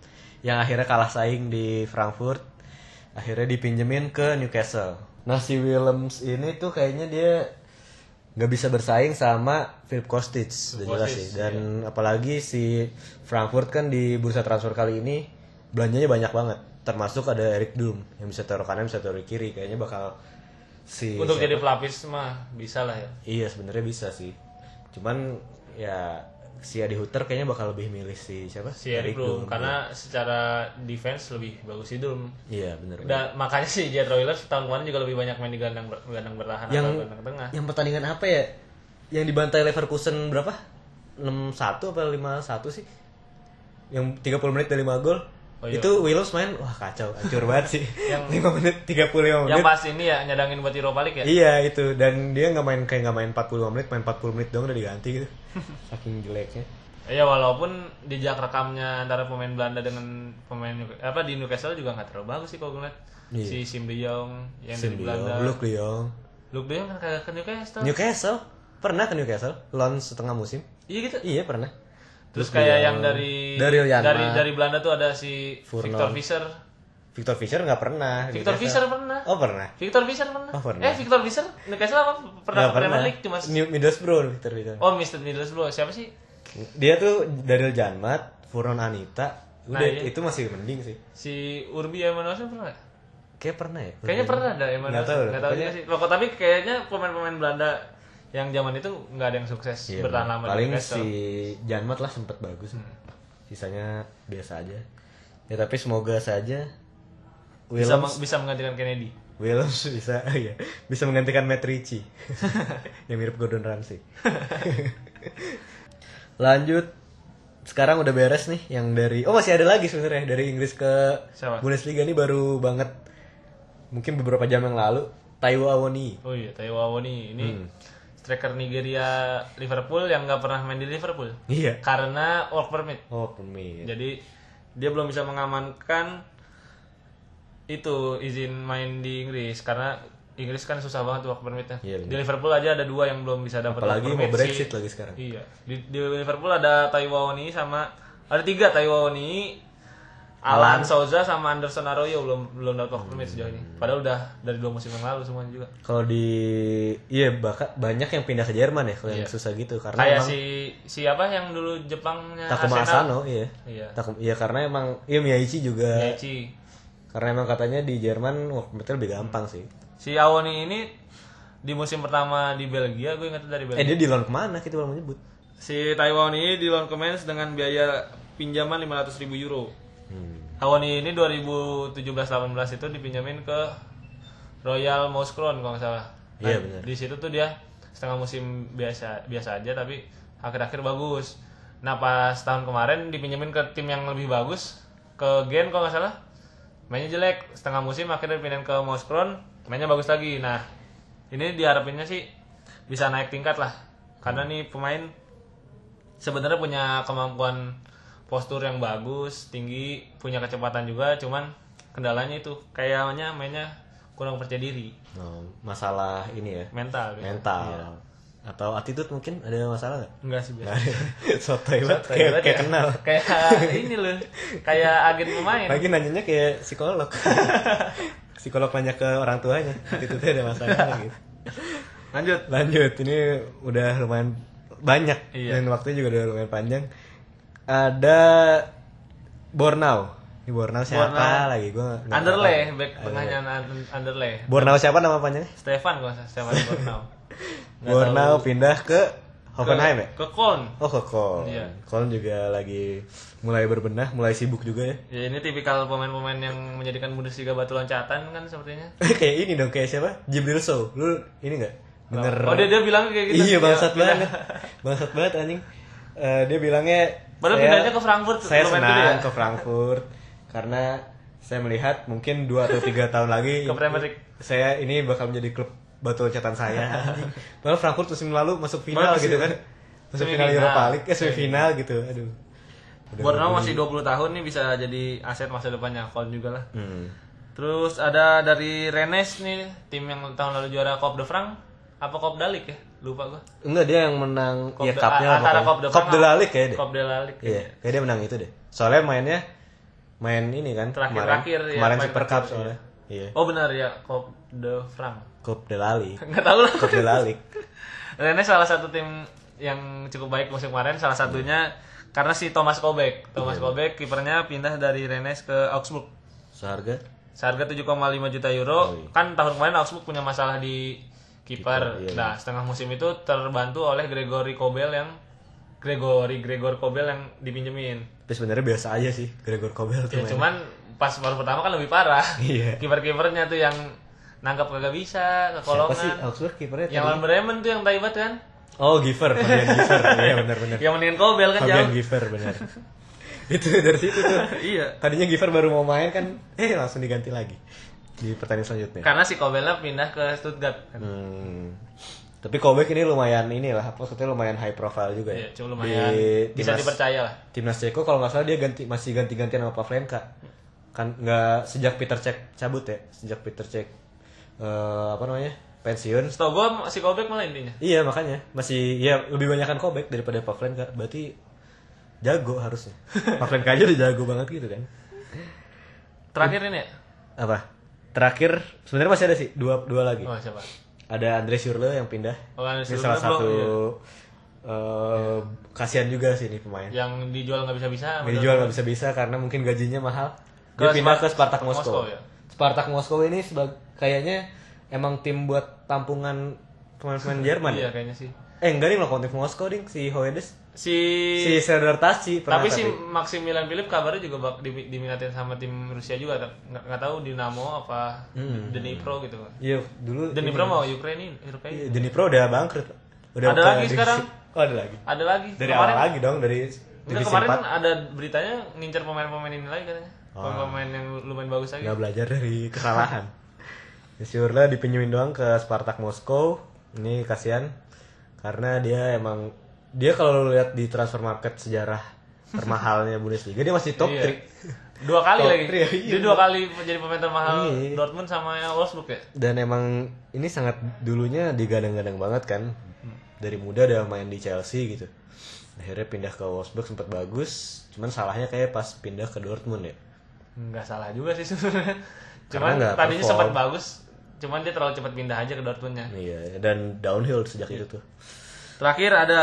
yang akhirnya kalah saing di Frankfurt, akhirnya dipinjemin ke Newcastle. Nah si Willems ini tuh kayaknya dia nggak bisa bersaing sama Filip Kostic, udah jelas sih. Dan iya. Apalagi si Frankfurt kan di bursa transfer kali ini belanjanya banyak banget, termasuk ada Erik Dum yang bisa taruh kanan, bisa taruh kiri, kayaknya bakal si untuk siapa? Jadi pelapis mah bisa lah ya. Iya sebenarnya bisa sih, cuman ya si Adi Hutter kayaknya bakal lebih milih si siapa? Si Erik Dum karena ya. Secara defense lebih bagus si Dum. Iya benar. Dan makanya si Jethro Willems tahun kemarin juga lebih banyak main di gelandang gelandang bertahan yang, atau gelandang tengah. Yang pertandingan apa ya? Yang dibantai Leverkusen berapa? enam satu apa lima satu sih? Yang tiga puluh menit dari lima gol. Oh, iya. Itu Willems main, wah kacau, hancur banget sih. Yang lima menit, tiga puluh lima menit. Yang pas ini ya, nyadangin buat Europa League ya? Iya itu, dan dia nggak main kayak nggak main empat puluh lima menit, main empat puluh menit dong udah diganti gitu. Saking jeleknya. Iya walaupun jejak rekamnya antara pemain Belanda dengan pemain apa di Newcastle juga nggak terlalu bagus sih kalau gue lihat. Iya. Si Sim de Jong yang Sim dari Belanda. Luke de Jong. Luke de Jong kan kagak ke Newcastle. Newcastle? Pernah ke Newcastle? Loan setengah musim. Iya gitu? Iya pernah. Terus Luke kayak yang dari dari, dari dari Belanda tuh ada si Furnon. Victor Fischer. Victor Fischer nggak pernah. Victor Fischer pernah. Oh pernah. Victor Fischer pernah. Oh, pernah. Eh Victor Fischer Newcastle apa pernah ke Premier League cuma Middlesbrough Victor Fischer. Oh mister Middlesbrough siapa sih? Dia tuh Daryl Janmat, Furnon Anita. Udah nah, iya. Itu masih mending sih. Si Urbi Emanuelson pernah? Kayak pernah ya. Kayaknya pernah ada Emanuelson. Enggak tahu. Enggak tahu juga sih. Loh tapi kayaknya pemain-pemain Belanda yang zaman itu nggak ada yang sukses iya, bertahan lama. Paling si Janmat lah sempat bagus. Hmm. Sisanya biasa aja. Ya tapi semoga saja Willems bisa, meng- bisa menggantikan Kennedy. Willems bisa ya. Bisa menggantikan Matt Ritchie. Yang mirip Gordon Ramsay. Lanjut. Sekarang udah beres nih yang dari oh masih ada lagi sebenarnya dari Inggris ke Siapa? Bundesliga nih baru banget. Mungkin beberapa jam yang lalu Taiwo Awoniyi. Oh iya, Taiwo Awoniyi ini hmm. striker Nigeria Liverpool yang nggak pernah main di Liverpool. Iya. Karena work permit. Work permit. Jadi dia belum bisa mengamankan itu izin main di Inggris karena Inggris kan susah banget work permitnya. Iya, di Liverpool aja ada dua yang belum bisa dapat. Apalagi mau Brexit lagi sekarang. Iya. Di, di Liverpool ada Taiwo Awoniyi sama ada tiga Taiwo Awoniyi, Alan Souza sama Anderson Arroyo belum belum dapat work permit sejauh ini. Padahal udah dari dua musim yang lalu semuanya juga. Kalau di iya bakal banyak yang pindah ke Jerman ya kalau iya. Yang susah gitu karena kayak emang si siapa yang dulu Jepangnya Takuma Asano iya. Iya. Takum, iya karena emang iya Miyaichi juga. Miyaichi. Karena emang katanya di Jerman work permitnya lebih gampang sih. Si Awoniyi ini di musim pertama di Belgia, gue ingat dari Belgia. Eh dia di loan kemana? Kita belum menyebut. Si Taiwo Awoniyi di loan ke Mainz dengan biaya pinjaman lima ratus ribu euro. Hmm. Awoniyi ini dua ribu tujuh belas delapan belas itu dipinjamin ke Royal Mouscron kalau nggak salah. Nah, iya benar. Di situ tuh dia setengah musim biasa biasa aja tapi akhir-akhir bagus. Nah pas tahun kemarin dipinjamin ke tim yang lebih bagus ke Gen kalau nggak salah. Mainnya jelek setengah musim akhirnya dipindahin ke Mouscron, mainnya bagus lagi. Nah ini diharapinnya sih bisa naik tingkat lah karena nih pemain sebenarnya punya kemampuan postur yang bagus, tinggi, punya kecepatan juga, cuman kendalanya itu kayaknya mainnya kurang percaya diri. Oh, masalah ini ya? Mental. Gitu. Mental. Iya. Atau attitude mungkin ada masalah nggak? Enggak sih biasa. Sotoy banget kayak, kayak kenal. Kayak ini loh, kayak agen pemain. Lagi nanyanya kayak psikolog. Psikolog nanya ke orang tuanya, attitude ada masalah gitu. Lanjut. Lanjut, ini udah lumayan banyak iya. Dan waktunya juga udah lumayan panjang. Ada Bornau. Ini Bornau siapa Bornau. Lagi gua Anderlecht, back tengahnya Anderlecht. Bornau siapa nama panjangnya? Stefan kok, Stefan Bornau. Bornau pindah ke Hoffenheim ya? Ke Köln. Oh ke Köln. Iya. Köln juga lagi mulai berbenah, mulai sibuk juga ya. Ya ini tipikal pemain-pemain yang menjadikan Bundesliga batu loncatan kan sepertinya. Kayak ini dong, kayak siapa? Jibril Sow. Lu ini enggak? Bener. Oh dia dia bilang kayak gitu. Iya bangsat ya, banget. Bangsat banget anjing. Uh, dia bilangnya padahal pindahnya ke Frankfurt. Saya senang ya? Ke Frankfurt karena saya melihat mungkin dua atau tiga tahun lagi ke Premier League. Saya ini bakal menjadi klub batu loncatan saya. Padahal Frankfurt musim lalu masuk final Mas, gitu kan. Masuk final Europa League, eh semifinal gitu. Aduh. Bornau masih dua puluh tahun nih bisa jadi aset masa depannya Köln juga lah. Hmm. Terus ada dari Rennes nih, tim yang tahun lalu juara Coupe de France. Apa Coupe de Ligue ya? Lupa gua. Enggak, dia yang menang Coupe ya de, cupnya antara Coupe de Coupe de la Ligue kayak deh. Coupe de la Ligue. Iya, kayak dia menang itu deh. Soalnya mainnya main ini kan Terakhir-terakhir kemarin, ya, kemarin main Super Cup terakhir, soalnya. Iya. Oh benar ya, Coupe de France. Coupe de la Ligue. Nggak tahu lah. Coupe de la Ligue. Rennes salah satu tim yang cukup baik musim kemarin, salah satunya karena si Thomas Kobek. Thomas Kobek kipernya pindah dari Rennes ke Augsburg. Seharga Seharga tujuh koma lima juta euro. Oh, iya. Kan tahun kemarin Augsburg punya masalah di kiper. Kiper, iya, Nah, setengah musim itu terbantu oleh Gregory Kobel yang Gregory Gregor Kobel yang dipinjemin. tapi sebenarnya biasa aja sih Gregor Kobel tuh. Ya, mainnya. cuman pas baru pertama kan lebih parah. Iya. Kiper-kipernya tuh yang nangkap kagak bisa, Siapa kekolongan. sih Augsburg kipernya? Yang tadi? lawan Bremen tuh yang taibat kan? Oh, Giver, Fabian Giver. Iya benar-benar. Yang mendingan Kobel kan Fabian jauh. Giver benar. Itu dari situ tuh. Iya. Tadinya Giver baru mau main kan, eh langsung diganti lagi di pertandingan selanjutnya. Karena si Kobelnya pindah ke Stuttgart. Kan? Hmm. Tapi Kobek ini lumayan inilah, maksudnya lumayan high profile juga ya. Iya, cuma lumayan Di bisa timnas- dipercaya lah. Timnas Ceko kalau nggak salah dia ganti masih ganti-gantian sama Pavlenka. Kan nggak sejak Peter Cech cabut ya, sejak Peter Cech eh, apa namanya? pensiun. Setahu gua si Kobek malah intinya. Iya, makanya masih ya lebih banyakan Kobek daripada Pavlenka. Berarti jago harusnya. Pavlenka aja udah jago banget gitu kan. Terakhir ini ya? Apa? Terakhir sebenarnya masih ada sih dua dua lagi. Oh, siapa? Ada Andre Schürrle yang pindah. Oh, Andre Ini Schürrle salah satu belum, eh, kasihan juga sih ini pemain. Yang dijual nggak bisa-bisa. Ini dijual nggak bisa-bisa karena mungkin gajinya mahal. Ke Dia pindah Spart- ke Spartak Moskow, Moskow. ya? Spartak Moskow ini sebag- kayaknya emang tim buat tampungan pemain-pemain Jerman. Iya ya? kayaknya sih. Eh enggak nih Lokomotif Moskow ding si Hoedes. Si Si Serdar Tasci pernah tapi si Maximilian Philip kabarnya juga bak di- diminatin sama tim Rusia juga, tapi nggak nggak tahu Dinamo apa Hmm. Dnipro gitu. Iya, dulu Dnipro mau Ukraina, Ukraina. Iya, Dnipro udah bangkrut. Udah Ada ke- lagi di- sekarang? Oh, ada lagi. Ada lagi. Dari kemarin, awal lagi dong dari enggak, divisi kemarin empat. ada beritanya ngincer pemain-pemain ini lagi katanya. Oh. Pemain-pemain yang lumayan bagus lagi. Nggak belajar dari kesalahan. Schürrle dipinjemin doang ke Spartak Moskow. Ini kasihan karena dia emang dia kalau lu lihat di transfer market sejarah termahalnya Bundesliga dia masih top Iya. tiga. Dua kali Top lagi. three, iya. Dia dua kali menjadi pemain termahal Iya. Dortmund sama Wolfsburg ya. Dan emang ini sangat dulunya digadang-gadang banget kan. Dari muda udah main di Chelsea gitu. Akhirnya pindah ke Wolfsburg sempat bagus, cuman salahnya kayak pas pindah ke Dortmund ya. Enggak salah juga sih sebenarnya. Karena Cuman nggak tadinya perform. sempat bagus, cuman dia terlalu cepat pindah aja ke Dortmundnya. Iya, dan downhill sejak Iya. itu tuh. Terakhir ada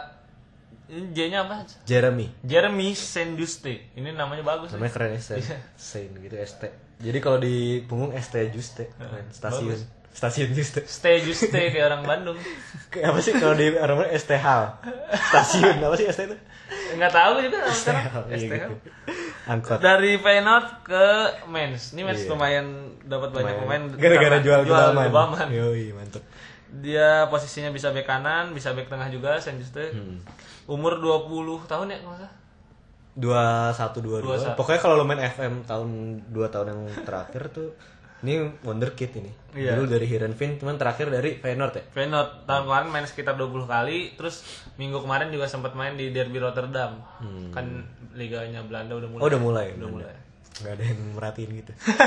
ini J-nya apa? Jeremy. Jeremy Saint-Juste. Ini namanya bagus. Namanya keren ya, Saint, Iya. Saint gitu S T. Jadi kalau di punggung S T Juste, keren. Stasiun. bagus. Stasiun Juste. Stay Juste kayak orang Bandung. Kayak apa sih kalau di orang S T Hal? Stasiun apa sih S T itu? Enggak tahu juga sekarang. Iya S T H. gitu. Angkot. Dari Feyenoord ke Mainz. Ini Mainz Iya. lumayan dapat banyak pemain Gara-gara karena jual Gebauman. Gebauman. Yoi, mantep. Dia posisinya bisa bek kanan, bisa bek tengah juga Saint-Juste. Hmm. Umur dua puluh tahun ya kalau nggak salah. dua satu dua Dua dua. satu. Pokoknya kalau lo main F M tahun dua tahun yang terakhir tuh ini wonderkid ini. Iya. Dulu dari Heerenveen, cuman terakhir dari Feyenoord ya. Feyenoord tahun kemarin main sekitar dua puluh kali, terus minggu kemarin juga sempat main di Derby Rotterdam. Kan liganya Belanda udah mulai. Hmm. Oh, udah mulai. Udah Belanda. mulai. Nggak ada yang merhatiin gitu.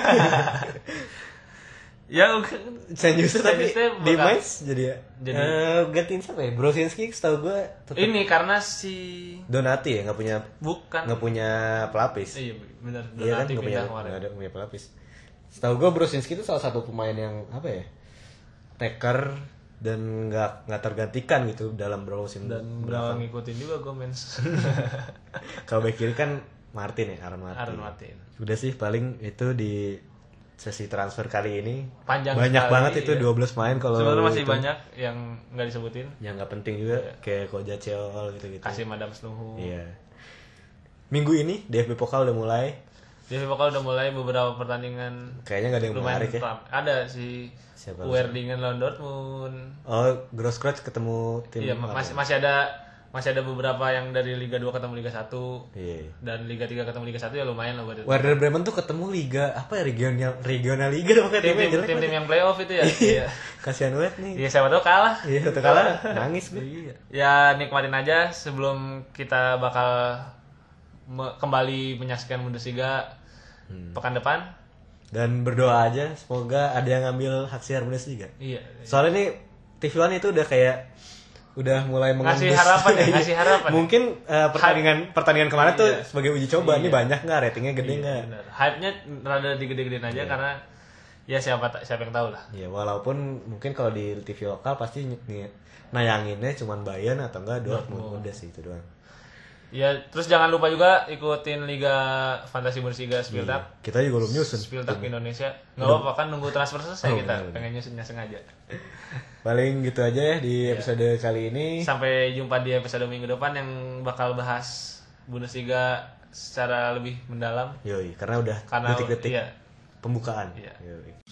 Ya, Saint Juste tapi Saint-Juste di bakal- Mainz jadi ya. Jadi- Eh, gantiin siapa ya? Brosinski setahu gue tetap ini karena si Donati ya, nggak punya bukan. nggak punya pelapis. Iya benar. Iya kan Donati nggak punya pindah kemarin. nggak ada punya pelapis. Setahu gue Brosinski itu salah satu pemain yang apa ya, taker dan nggak nggak tergantikan gitu dalam beberapa musim Dan belakang. nggak ngikutin juga gue main. Kalau back kiri kan Martin ya, Aaron Martin. Aaron Martin. Udah sih paling itu di sesi transfer kali ini. Panjang banyak sekali, banget itu iya. dua belas main kalau Sebenarnya masih itu. banyak yang nggak disebutin. Yang nggak penting juga kayak Koja Ceol gitu-gitu. Kasih Madam Snuhu. Iya. Minggu ini D F B Pokal udah mulai. Jadi pokoknya udah mulai beberapa pertandingan Kayaknya nggak ada yang lumayan menarik ya. ram- Ada si Siapa? Uerdingen lawan Dortmund. Oh, Grosskreutz ketemu tim Iya, apa? masih masih ada masih ada beberapa yang dari Liga dua ketemu Liga satu Iya. dan Liga tiga ketemu Liga satu ya lumayan lah buat itu. Werder Bremen tuh ketemu liga apa ya, regional regional liga dong, kayak timnya Tim-tim jelek tim-tim banget. yang playoff itu ya. Iya. Kasihan banget nih. Iya, siapa tahu kalah. Iya, satu kalah nangis gue. Iya. Ya nikmatin aja sebelum kita bakal me- kembali menyaksikan Bundesliga Hmm. pekan depan. Dan berdoa aja semoga ada yang ngambil hak siar Bundesliga. Iya. Soalnya nih T V One itu udah kayak udah mulai Ngasih mengembus. harapan ya, ngasih harapan. Mungkin eh, pertandingan pertandingan kemarin tuh Iya. sebagai uji coba, Iya. ini banyak nggak ratingnya gede Iya, nggak? bener. Hype-nya rada digede-gedein aja karena ya siapa ta- siapa yang tahu lah. Ya walaupun mungkin kalau di T V lokal pasti ny- ny- nayanginnya cuman Bayern atau enggak Dortmund, udah sih itu doang. Ya, terus jangan lupa juga ikutin Liga Fantasi Bundesliga Spieltag. Kita juga belum nyusun. Spieltag Indonesia. Enggak apa-apa kan nunggu transfer selesai Oh, kita. benar, benar. Pengen nyusunnya sengaja. Paling gitu aja ya di Iya. episode kali ini. Sampai jumpa di episode minggu depan yang bakal bahas Bundesliga secara lebih mendalam Yoi, karena udah karena detik-detik iya, pembukaan. Iya. Yoi.